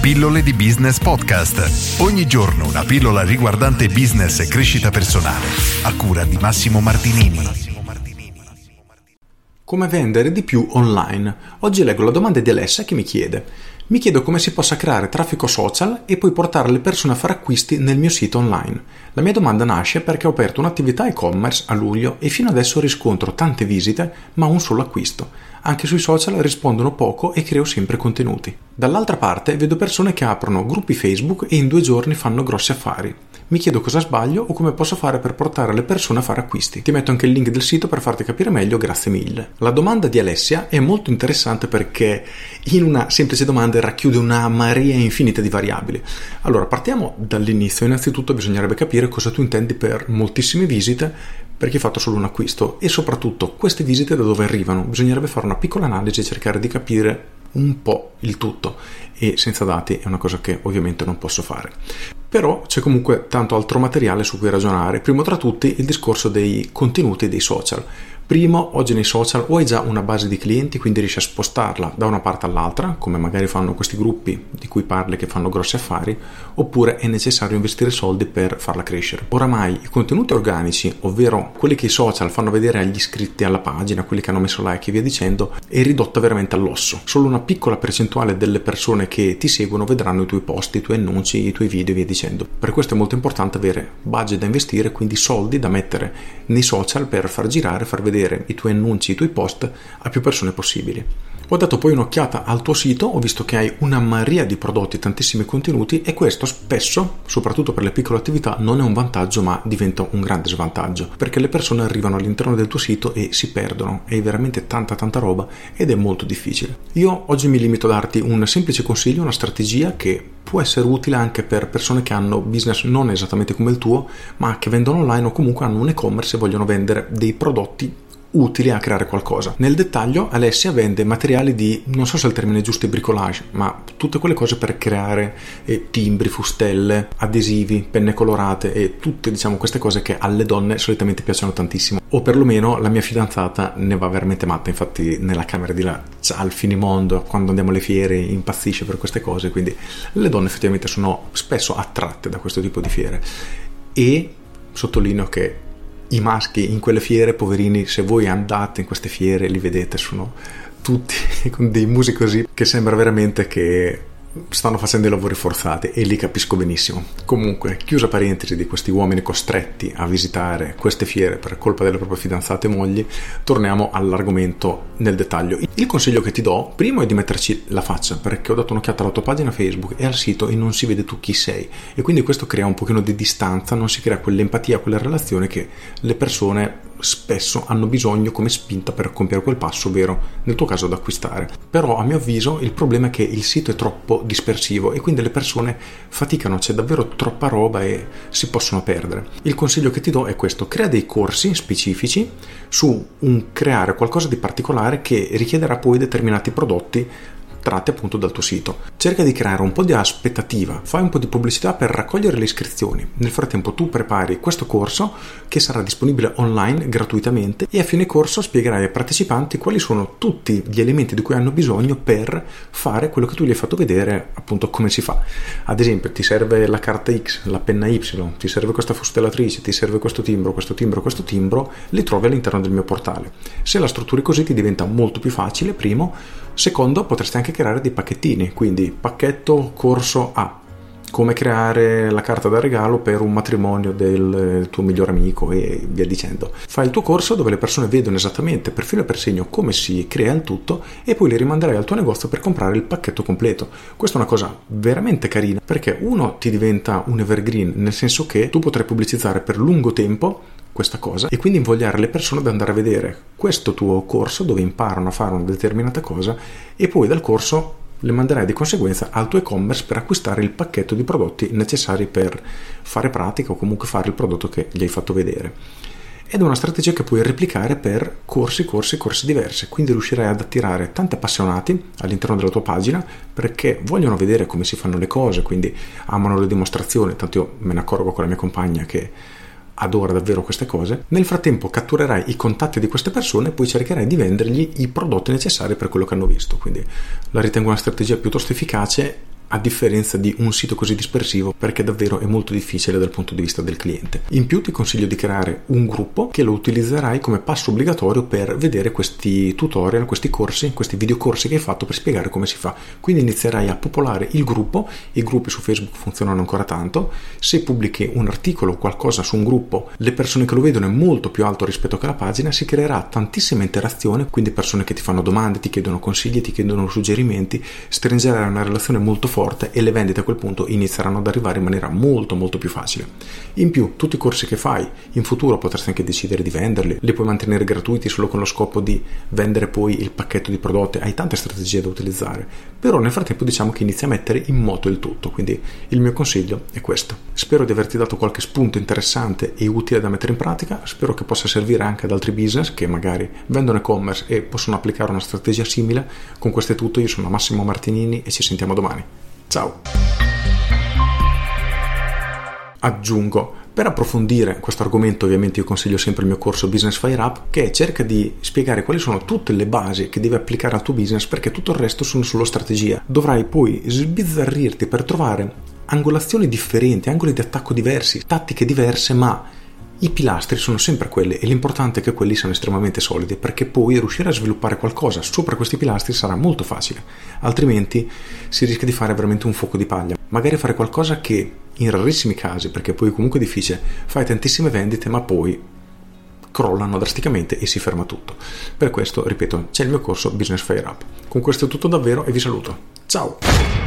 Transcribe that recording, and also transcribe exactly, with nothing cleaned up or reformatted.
Pillole di Business Podcast. Ogni giorno una pillola riguardante business e crescita personale. A cura di Massimo Martinini. Come vendere di più online? Oggi leggo la domanda di Alessia che mi chiede Mi chiedo come si possa creare traffico social e poi portare le persone a fare acquisti nel mio sito online. La mia domanda nasce perché ho aperto un'attività e-commerce a luglio e fino adesso riscontro tante visite ma un solo acquisto. Anche sui social rispondono poco e creo sempre contenuti. Dall'altra parte vedo persone che aprono gruppi Facebook e in due giorni fanno grossi affari. Mi chiedo cosa sbaglio o come posso fare per portare le persone a fare acquisti. Ti metto anche il link del sito per farti capire meglio, grazie mille. La domanda di Alessia è molto interessante perché in una semplice domanda racchiude una marea infinita di variabili. Allora, partiamo dall'inizio. Innanzitutto bisognerebbe capire cosa tu intendi per moltissime visite per chi ha fatto solo un acquisto e soprattutto queste visite da dove arrivano. Bisognerebbe fare una piccola analisi e cercare di capire un po' il tutto, e senza dati è una cosa che ovviamente non posso fare. Però c'è comunque tanto altro materiale su cui ragionare. Primo tra tutti il discorso dei contenuti dei social. Primo, oggi nei social o hai già una base di clienti, quindi riesci a spostarla da una parte all'altra, come magari fanno questi gruppi di cui parli che fanno grossi affari, oppure è necessario investire soldi per farla crescere. Oramai i contenuti organici, ovvero quelli che i social fanno vedere agli iscritti alla pagina, quelli che hanno messo like e via dicendo, è ridotta veramente all'osso. Solo una piccola percentuale delle persone che ti seguono vedranno i tuoi post, i tuoi annunci, i tuoi video e via dicendo. Per questo è molto importante avere budget da investire, quindi soldi da mettere nei social per far girare, far vedere i tuoi annunci, i tuoi post a più persone possibili. Ho dato poi un'occhiata al tuo sito, ho visto che hai una marea di prodotti, tantissimi contenuti, e questo spesso, soprattutto per le piccole attività, non è un vantaggio ma diventa un grande svantaggio, perché le persone arrivano all'interno del tuo sito e si perdono. Hai veramente tanta tanta roba ed è molto difficile. Io oggi mi limito a darti un semplice consiglio, una strategia che può essere utile anche per persone che hanno business non esattamente come il tuo, ma che vendono online o comunque hanno un e-commerce e vogliono vendere dei prodotti utili a creare qualcosa. Nel dettaglio Alessia vende materiali di, non so se il termine giusto è bricolage, ma tutte quelle cose per creare eh, timbri, fustelle, adesivi, penne colorate e tutte, diciamo, queste cose che alle donne solitamente piacciono tantissimo, o perlomeno la mia fidanzata ne va veramente matta. Infatti nella camera di là c'ha il finimondo, quando andiamo alle fiere impazzisce per queste cose, quindi le donne effettivamente sono spesso attratte da questo tipo di fiere. E sottolineo che i maschi in quelle fiere, poverini, se voi andate in queste fiere li vedete, sono tutti con dei musi così che sembra veramente che stanno facendo i lavori forzati, e li capisco benissimo. Comunque, chiusa parentesi di questi uomini costretti a visitare queste fiere per colpa delle proprie fidanzate e mogli, torniamo all'argomento nel dettaglio. Il consiglio che ti do, primo, è di metterci la faccia, perché ho dato un'occhiata alla tua pagina Facebook e al sito e non si vede tu chi sei, e quindi questo crea un pochino di distanza, non si crea quell'empatia, quella relazione che le persone spesso hanno bisogno come spinta per compiere quel passo, ovvero nel tuo caso ad acquistare. Però a mio avviso il problema è che il sito è troppo dispersivo e quindi le persone faticano, c'è davvero troppa roba e si possono perdere. Il consiglio che ti do è questo: crea dei corsi specifici su un creare qualcosa di particolare che richiederà poi determinati prodotti tratti appunto dal tuo sito. Cerca di creare un po' di aspettativa, fai un po' di pubblicità per raccogliere le iscrizioni. Nel frattempo tu prepari questo corso che sarà disponibile online gratuitamente, e a fine corso spiegherai ai partecipanti quali sono tutti gli elementi di cui hanno bisogno per fare quello che tu gli hai fatto vedere, appunto come si fa. Ad esempio, ti serve la carta X, la penna Y, ti serve questa fustellatrice, ti serve questo timbro, questo timbro, questo timbro, li trovi all'interno del mio portale. Se la strutturi così ti diventa molto più facile, primo. Secondo, potresti anche creare dei pacchettini, quindi pacchetto corso A, come creare la carta da regalo per un matrimonio del tuo migliore amico e via dicendo. Fai il tuo corso dove le persone vedono esattamente per filo e per segno come si crea il tutto, e poi li rimanderai al tuo negozio per comprare il pacchetto completo. Questa è una cosa veramente carina, perché uno, ti diventa un evergreen, nel senso che tu potrai pubblicizzare per lungo tempo questa cosa e quindi invogliare le persone ad andare a vedere questo tuo corso dove imparano a fare una determinata cosa, e poi dal corso le manderai di conseguenza al tuo e-commerce per acquistare il pacchetto di prodotti necessari per fare pratica o comunque fare il prodotto che gli hai fatto vedere. Ed è una strategia che puoi replicare per corsi, corsi, corsi diversi, quindi riuscirai ad attirare tanti appassionati all'interno della tua pagina perché vogliono vedere come si fanno le cose, quindi amano le dimostrazioni. Tanto io me ne accorgo con la mia compagna che adora davvero queste cose. Nel frattempo catturerai i contatti di queste persone e poi cercherai di vendergli i prodotti necessari per quello che hanno visto. Quindi la ritengo una strategia piuttosto efficace a differenza di un sito così dispersivo, perché davvero è molto difficile dal punto di vista del cliente. In più ti consiglio di creare un gruppo che lo utilizzerai come passo obbligatorio per vedere questi tutorial, questi corsi, questi videocorsi che hai fatto per spiegare come si fa. Quindi inizierai a popolare il gruppo. I gruppi su Facebook funzionano ancora tanto. Se pubblichi un articolo o qualcosa su un gruppo, le persone che lo vedono è molto più alto rispetto che la pagina, si creerà tantissima interazione, quindi persone che ti fanno domande, ti chiedono consigli, ti chiedono suggerimenti, stringerai una relazione molto forte e le vendite a quel punto inizieranno ad arrivare in maniera molto molto più facile. In più, tutti i corsi che fai in futuro potresti anche decidere di venderli, li puoi mantenere gratuiti solo con lo scopo di vendere poi il pacchetto di prodotti. Hai tante strategie da utilizzare, però nel frattempo diciamo che inizi a mettere in moto il tutto, quindi il mio consiglio è questo. Spero di averti dato qualche spunto interessante e utile da mettere in pratica, spero che possa servire anche ad altri business che magari vendono e-commerce e possono applicare una strategia simile. Con questo è tutto, io sono Massimo Martinini e ci sentiamo domani. Ciao! Aggiungo, per approfondire questo argomento ovviamente io consiglio sempre il mio corso Business Fire Up, che cerca di spiegare quali sono tutte le basi che devi applicare al tuo business, perché tutto il resto sono solo strategia. Dovrai poi sbizzarrirti per trovare angolazioni differenti, angoli di attacco diversi, tattiche diverse, ma i pilastri sono sempre quelli e l'importante è che quelli siano estremamente solidi, perché poi riuscire a sviluppare qualcosa sopra questi pilastri sarà molto facile, altrimenti si rischia di fare veramente un fuoco di paglia, magari fare qualcosa che in rarissimi casi, perché poi comunque è difficile, fai tantissime vendite ma poi crollano drasticamente e si ferma tutto. Per questo, ripeto, c'è il mio corso Business Fire Up. Con questo è tutto davvero e vi saluto. Ciao!